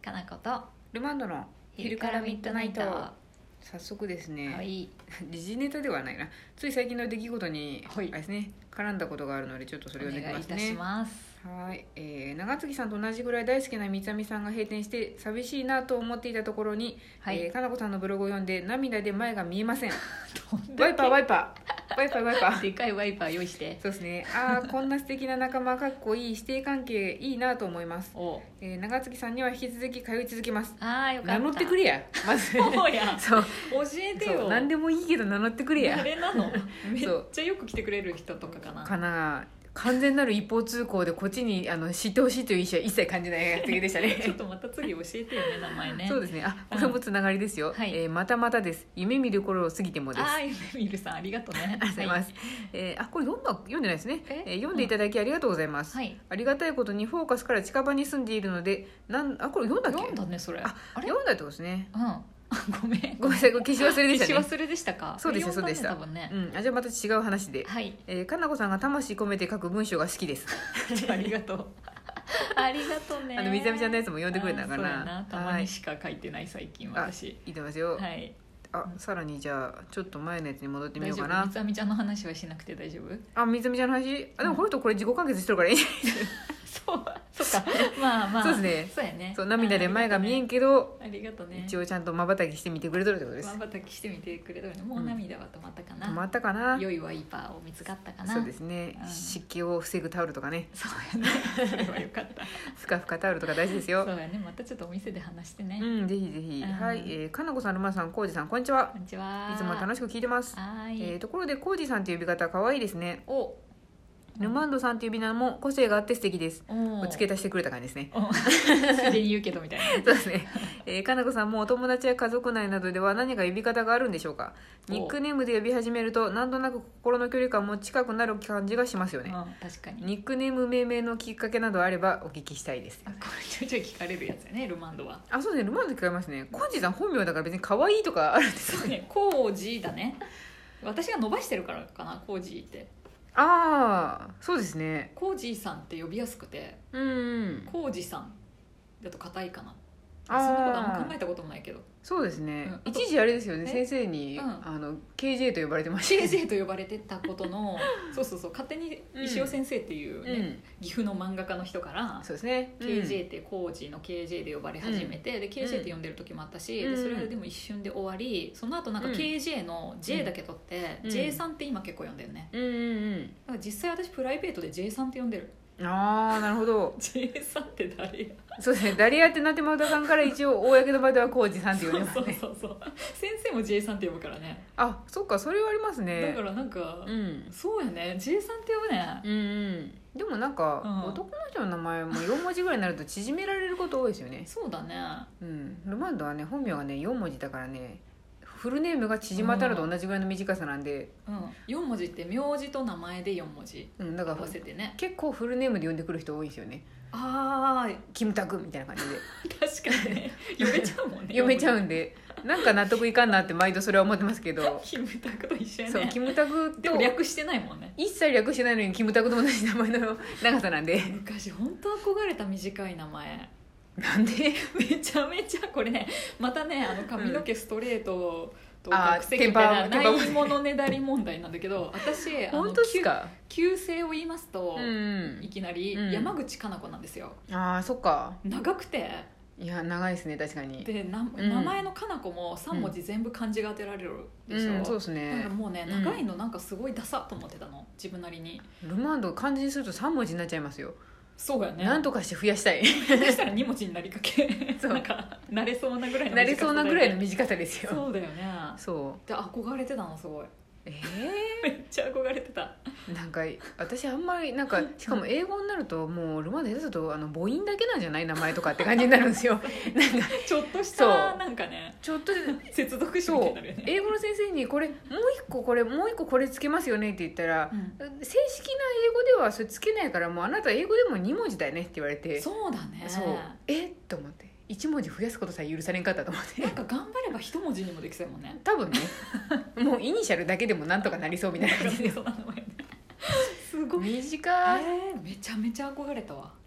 かなことルマンドの昼からミッドナイト。 は早速ですね、 い時事ネタではないな、つい最近の出来事に、 はいあれですね、絡んだことがあるのでちょっとそれをできお願いいたますね。 しますはい、長月さんと同じぐらい大好きな三つ編みさんが閉店して寂しいなと思っていたところに、 はいかなこさんのブログを読んで涙で前が見えません。 どんだけワイパーワイパーワイパーワイパーでかいワイパー用意してそうですね。こんな素敵な仲間、かっこいい師弟関係いいなと思います。 お長月さんには引き続き通い続けます。 よかった名乗ってくれやまずそうやそう教えてよそう何でもいいけど名乗ってくれや誰なのめっちゃよく来てくれる人とかかなかな。完全なる一方通行でこっちに知ってほしいという意思は一切感じない発言でしたねちょっとまた次教えてよね名前ねそうですね。これもつながりですよ、 はいまたまたです。夢見る頃を過ぎてもです。 ゆめみるさんありがとうねありがとうございます、これ読んでないですね。読んでいただきありがとうございます、 はいありがたいことにフォーカスから近場に住んでいるのでこれ読んだっけ。 読んだねそれあれ読んだってことですね。 ごめんごめんなさい、これ消し忘れでしたね。 消し忘れでしたかそうでした読んだねそうでした多分ねじゃあまた違う話で、 はいかなこさんが魂込めて書く文章が好きですありがとうありがとうねみずみちゃんのやつも読んでくれたかな。 そうやなたまにしか書いてない最近私言ってますよ、 はいさらにじゃあちょっと前のやつに戻ってみ大丈ようかな。 夫みつあみちゃんの話はしなくて大丈夫みずみちゃんの話。でもこの人これ自己完結してるからいいそうそっかまあまあそうですね。 そうやねそう涙で前が見えんけど、 ありがとうね一応ちゃんとまばたきしてみてくれとるってことです。 まばたきしてみてくれたのにもう涙は止まったかな、 止まったかな。 良いワイパーを見つかったかなそうですね、湿気を防ぐタオルとかね、 そうやねそれはよかったふかふかタオルとか大事ですよ。 そうやねまたちょっとお店で話してね、 ぜひぜひ、 うんはい、かなこさん、るまさん、こうじさん、こんにちは。 こんにちはいつも楽しく聞いてます。ところでこうじさんという呼び方可愛いですね。 おルマンドさんという呼び名も個性があって素敵です。 お付け足してくれた感じですね。 ついでに言うけどみたいなそうですね。かなこさんもお友達や家族内などでは何か呼び方があるんでしょうか。ニックネームで呼び始めるとなんとなく心の距離感も近くなる感じがしますよね。 確かにニックネーム命名のきっかけなどあればお聞きしたいです。 これちょいちょい聞かれるやつやねルマンドは。 そうですね。ルマンド聞かれますね。コージさん本名だから別に可愛いとかあるんですそうねコージーだね。私が伸ばしてるからかなコージーって。 そうですね。 コージーさんって呼びやすくて、コージさんだと硬いかな。そんなことあんま考えたこともないけど。 そうですね、一時あれですよね、先生に、KJ と呼ばれてました、 KJ と呼ばれてたことのそう勝手に石尾先生っていうね、岐阜の漫画家の人からそうですね、 KJ ってコージの KJ で呼ばれ始めて、で KJ って呼んでる時もあったし、でそれはでも一瞬で終わり、その後なんか KJ の J だけ取って、J さんって今結構呼んでるね、だから実際私プライベートで J さんって呼んでる。 なるほど。 J さんって誰や。 そうですね、誰やってなってまうたさんから一応公の場ではコージさんって呼んでますね。 そう先生も J さんって呼ぶからね。 そっか、それはありますね。 だからなんか、そうやね J さんって呼ぶね。 でもなんか、男の人の名前も4文字ぐらいになると縮められること多いですよね。 そうだね。 ルマンドはね、本名がね4文字だからね、フルネームが縮まったのと同じぐらいの短さなんで、 4文字って名字と名前で4文字だから合わせてね、 結構フルネームで呼んでくる人多いですよね。キムタクみたいな感じで確かにね読めちゃうもんね。 読めちゃうんで、なんか納得いかんなって毎度それは思ってますけどキムタクと一緒やね。 そう、キムタクとでも略してないもんね。 一切略してないのにキムタクと同じ名前の長さなんで昔本当憧れた短い名前なんでめちゃめちゃこれねまたね髪の毛ストレートと学籍みたいなないものねだり問題なんだけど、私本当ですか。 旧姓を言いますと、いきなり山口かな子なんですよ。 そっか。 長くて、 いや長いですね、確かに。 で名前のかな子も3文字全部漢字が当てられるでしょ、 そうですね。 だからもうね長いのなんかすごいダサと思ってたの自分なりに。 ルマンド漢字にすると3文字になっちゃいますよ。 そうやね。 なんとかして増やしたい。 そしたら2文字になりかけそうなんか慣れそうなぐらいの短さ、 慣れそうなぐらいの短さですよ。 そうだよね。 そうで憧れてたのすごい。めっちゃ憧れてた。 なんか私あんまりなんか、しかも英語になるともうルマンド下手すると母音だけなんじゃない名前とかって感じになるんですよ。なんかちょっとしたなんかね、 ちょっと接続詞みたいになるよね。 英語の先生にもう一個これつけますよねって言ったら、正式な英語ではそれつけないから、もうあなた英語でも2文字だよねって言われて、 そうだね。 と思って、1文字増やすことさえ許されんかったと思って。 なんか頑張れば1文字にもできそうやもんね。 多分ねもうイニシャルだけでもなんとかなりそうみたいな感じで。 そうなのよね。すごい短い、 めちゃめちゃ憧れたわ。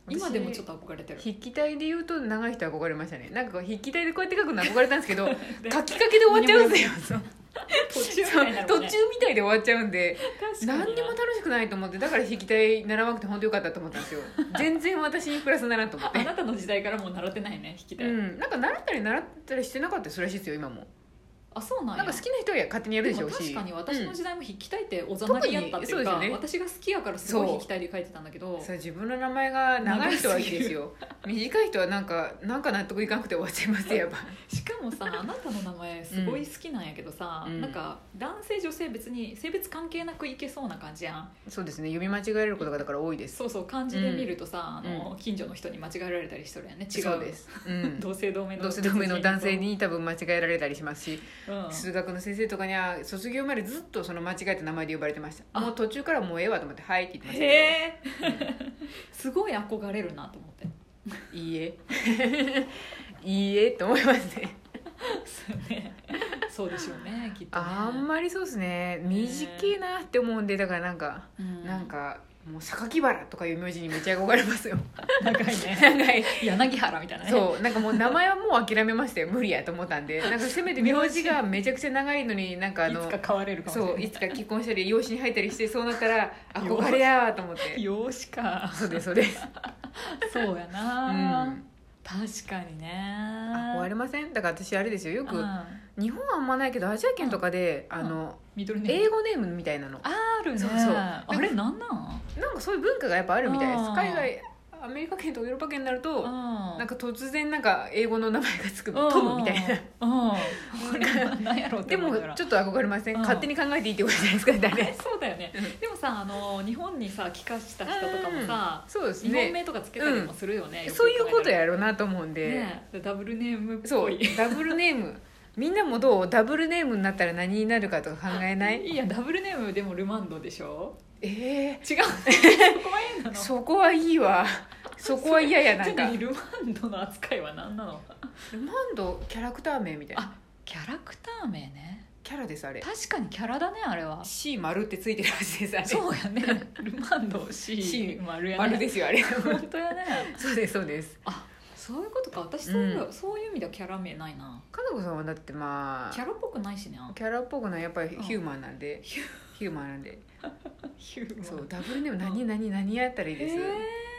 今でもちょっと憧れてる。 筆記体で言うと長い人憧れましたね。なんかこう筆記体でこうやって書くの憧れたんですけど書きかけで終わっちゃうんですよ途中みたいになるもんね。 途中みたいで終わっちゃうんで確かに何にも楽しくないと思って、だから筆記体習わなくて本当よかったと思ったんですよ全然私にプラスだなと思ってあなたの時代からもう習ってないね、引きたい。 なんか習ったりしてなかったりするらしいですよ今も。 あ、そうなんや。 なんか好きな人は勝手にやるでしょうし。 でも確かに私の時代も筆記体っておざなりやったっていうか、 特にそうですよね、 私が好きやからすごい筆記体で書いてたんだけど、 そう自分の名前が長い人はいいですよ短い人はなんか納得いかなくて終わっちゃいますやばいしかもさ、あなたの名前すごい好きなんやけどさ、なんか男性女性別に性別関係なくいけそうな感じやん。 そうですね、読み間違えられることがだから多いです。 そうそう、漢字で見るとさ、近所の人に間違えられたりしとるやんね。違う。 そうです、 同姓同名の男性に多分間違えられたりしますし、 うん、 数学の先生とかには卒業までずっとその間違えた名前で呼ばれてました。もう途中からもうええわと思ってはいって言ってましたけど、 すごい憧れるなと思っていいえいいえと思いますねそうね、そうでしょうね、きっとね。 あんまりそうですね、短いなって思うんで、だからなんかもう榊原とかいう名字にめっちゃ憧れますよ長いね長い柳原みたいなね。 そうなんかもう名前はもう諦めましたよ無理やと思ったんで、なんかせめて名字がめちゃくちゃ長いのになんかいつか変われるかもしれない。 そういつか結婚したり養子に入ったりしてそうなったら憧れやと思って養子か。 そうですそうですそうやな、確かにね。 憧れません？だから私あれですよ、よく日本はあんまないけどアジア圏とかでミドルネーム英語ネームみたいなのあるね。 そうあれなんなんなんかそういう文化がやっぱあるみたいです。海外アメリカ圏とかヨーロッパ圏になるとななんか突然なんか英語の名前がつくトムみたいな何やろうってでも思いながらちょっと憧れません？勝手に考えていいってことじゃないですか誰そうだよね。でもさ日本にさ帰化した人とかもさ、 そうです日本ね、 名とかつけたりもするよね。 そういうことややろうなと思うんで、 ね、ダブルネームっそうぽい。 ダブルネームみんなもどう？ダブルネームになったら何になるかとか考えない？ いやダブルネームでもルマンドでしょ。違うそこは嫌なの。 そこはいいわそこは嫌やなんかルマンドの扱いは何なの？ ルマンドキャラクター名みたいな。 あ、キャラクター名ね。 キャラですあれ。 確かにキャラだねあれは。 C 丸ってついてるはずですあれ。 そうやねルマンド C 丸やね。 丸ですよあれ本当やね。 そうですそうです。 あ、そういうことか。私そういう、そういう意味ではキャラ名ないな。 かなこさんはだってまあキャラっぽくないしね。 キャラっぽくない、やっぱりヒューマンなんで、ヒューマンなんでそうダブルネーム何やったらいいです、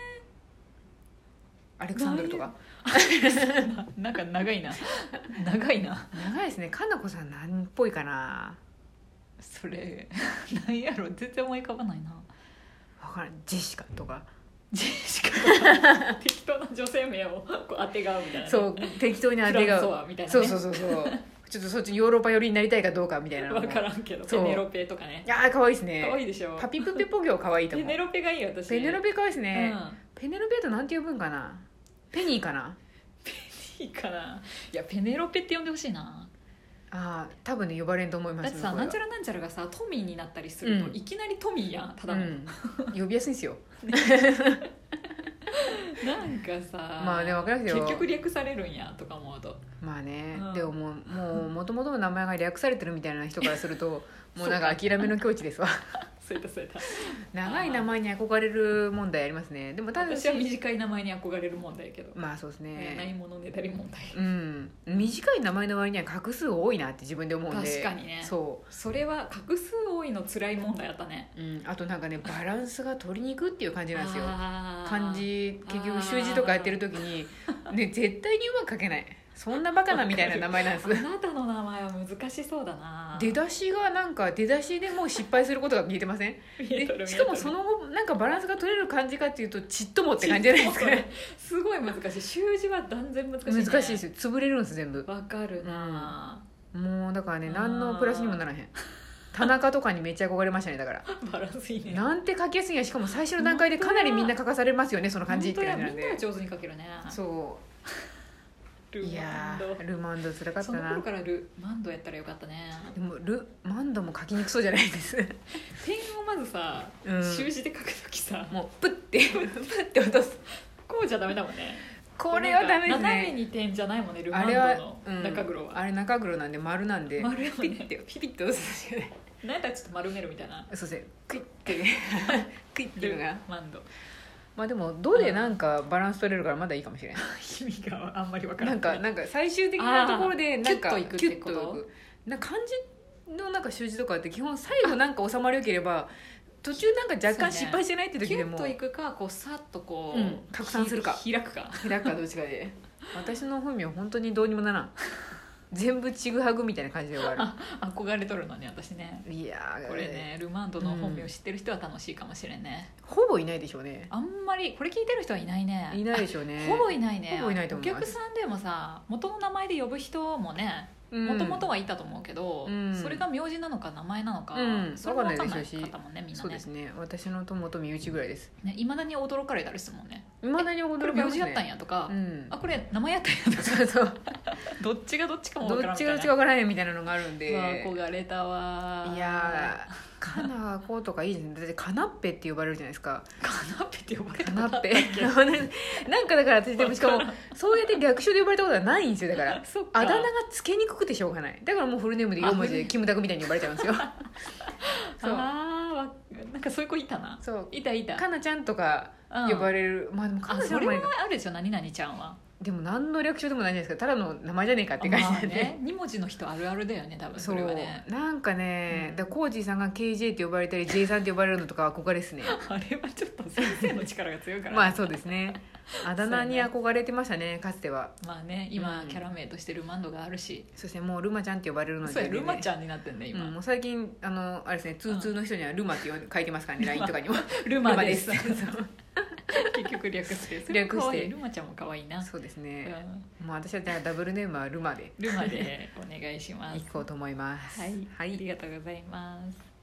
アレクサンドルとかなんか長いな長いな。 長いですね。かなこさん何っぽいかな。 それ何やろ、全然思い浮かばないな。 分からん。ジェシカとかジェシカ適当な女性名をこう当てがうみたいな、ね、 そう適当に当てがうフランソワみたいな、ね、 そうちょっとそっちヨーロッパ寄りになりたいかどうかみたいなのも分からんけどそうペネロペとかね。 いやー可愛いですね。 可愛いでしょ。 パピプペポギョ可愛いと思う。 ペネロペがいいよ私。 ペネロペ可愛いですね、 うん、 ペネロペとなんて呼ぶんかな。ペニーかな。 いいかな。いやペネロペって呼んでほしいな。 ああ多分ね呼ばれんと思います。 だってさなんちゃらなんちゃらがさトミーになったりすると、いきなりトミーやんただの、 呼びやすいんですよなんかさまあね分かりますよ。 結局略されるんやとか思うとまあね、 うん、 でももともとの名前が略されてるみたいな人からするともうなんか諦めの境地ですわそういった長い名前に憧れる問題ありますね。でも私は短い名前に憧れる問題やけど、 まあそうですね、 ないものねだり問題。 短い名前の割には画数多いなって自分で思うんで。 確かにね。 それは画数多いの辛い問題あったね。 あとなんかねバランスが取りにくっていう感じなんですよ。漢字結局習字とかやってる時にね絶対にうまく書けない。そんなバカなみたいな名前なんです。 あなたの名前は難しそうだな。 出だしでもう失敗することが見えてません？でしかもその後なんかバランスが取れる感じかっていうとちっともって感じじゃないですかね。 すごい難しい。習字は断然難しい、ね、 難しいですよ。潰れるんです全部。 わかるな、 もうだからね何のプラスにもならへん。田中とかにめっちゃ憧れましたね。だからバランスいいね。 なんて書きやすいんや。しかも最初の段階でかなりみんな書かされますよねその感じって感じなんで。 みんな上手に書けるね。 そういやルマンド辛かったな。 その頃からルマンドやったらよかったね。 でもルマンドも書きにくそうじゃないです点をまずさ、習字で書くときさもうプッて落とす。 こうじゃダメだもんね。 これはダメですね。 斜めに点じゃないもんねルマンドの中黒は。 あれ中黒なんで丸なんで丸よね。 ピッて落とすしかない。 なんやったらちょっと丸めるみたいな。 そうですねクイッてクイッていうのがマンドまあでもどでなんかバランス取れるからまだいいかもしれない意味があんまり分からなんか最終的なところでなんかキュッといくってことキュッといくなんか漢字のなんか習字とかって基本最後なんか収まりよければ途中なんか若干失敗してないって時でも、 キュッといくかこうさっとこう、 拡散するか開くかどっちかで私の本名本当にどうにもならん全部ちぐはぐみたいな感じで終わる憧れとるのに私ね。 いやこれねルマンドの本名知ってる人は楽しいかもしれんね、 ほぼいないでしょうね。 あんまりこれ聞いてる人はいないね。 いないでしょうね。 ほぼいないね。 ほぼいないと思います。 お客さんでもさ元の名前で呼ぶ人もねもともとはいたと思うけど、それが名字なのか名前なのか、それも分かんない方もねみんなね。 そうですね。私の友と身内ぐらいですね。いまだに驚かれたりするもんね。 いまだに驚かれますね。 名字やったんやとか、あこれ名前やったんやとかそうどっちがどっちかも分からんみたいな。 どっちがどっちか分からへんみたいなのがあるんで。 憧れたわ。 いやかなこうとかいいですね。だってカナッペって呼ばれるじゃないですか。 カナッペって呼ばれるカナッペなんかだから私でもしかもそうやって略称で呼ばれたことはないんですよ。だからあだ名がつけにくくてしょうがない。だからもうフルネームで4文字でキムタクみたいに呼ばれちゃうんですよそうなんかそういう子いたな。 そういたかなちゃんとか呼ばれる、まあでもかなちゃんそれはあるでしょ何々ちゃんは。 でも何の略称でもないじゃないですか。ただの名前じゃねえかって感じなんで、 ね、2文字の人あるあるだよね多分それはね。 なんかね、だからコージーさんが KJ って呼ばれたり J さんって呼ばれるのとか憧れですねあれはちょっと先生の力が強いから、 まあそうですね。あだ名に憧れてましたねかつては。 まあね今、キャラ名としてルマンドがあるし、 そしてもうルマちゃんって呼ばれるので、 そうやルマちゃんになってんね今、 もう最近あれですね通通の人にはルマって書いてますからね LINE とかにもルマですそう結局略して略してルマちゃんも可愛いな。 そうですね、もう私はダブルネームはルマでルマでお願いします行こうと思います。 はい、ありがとうございます。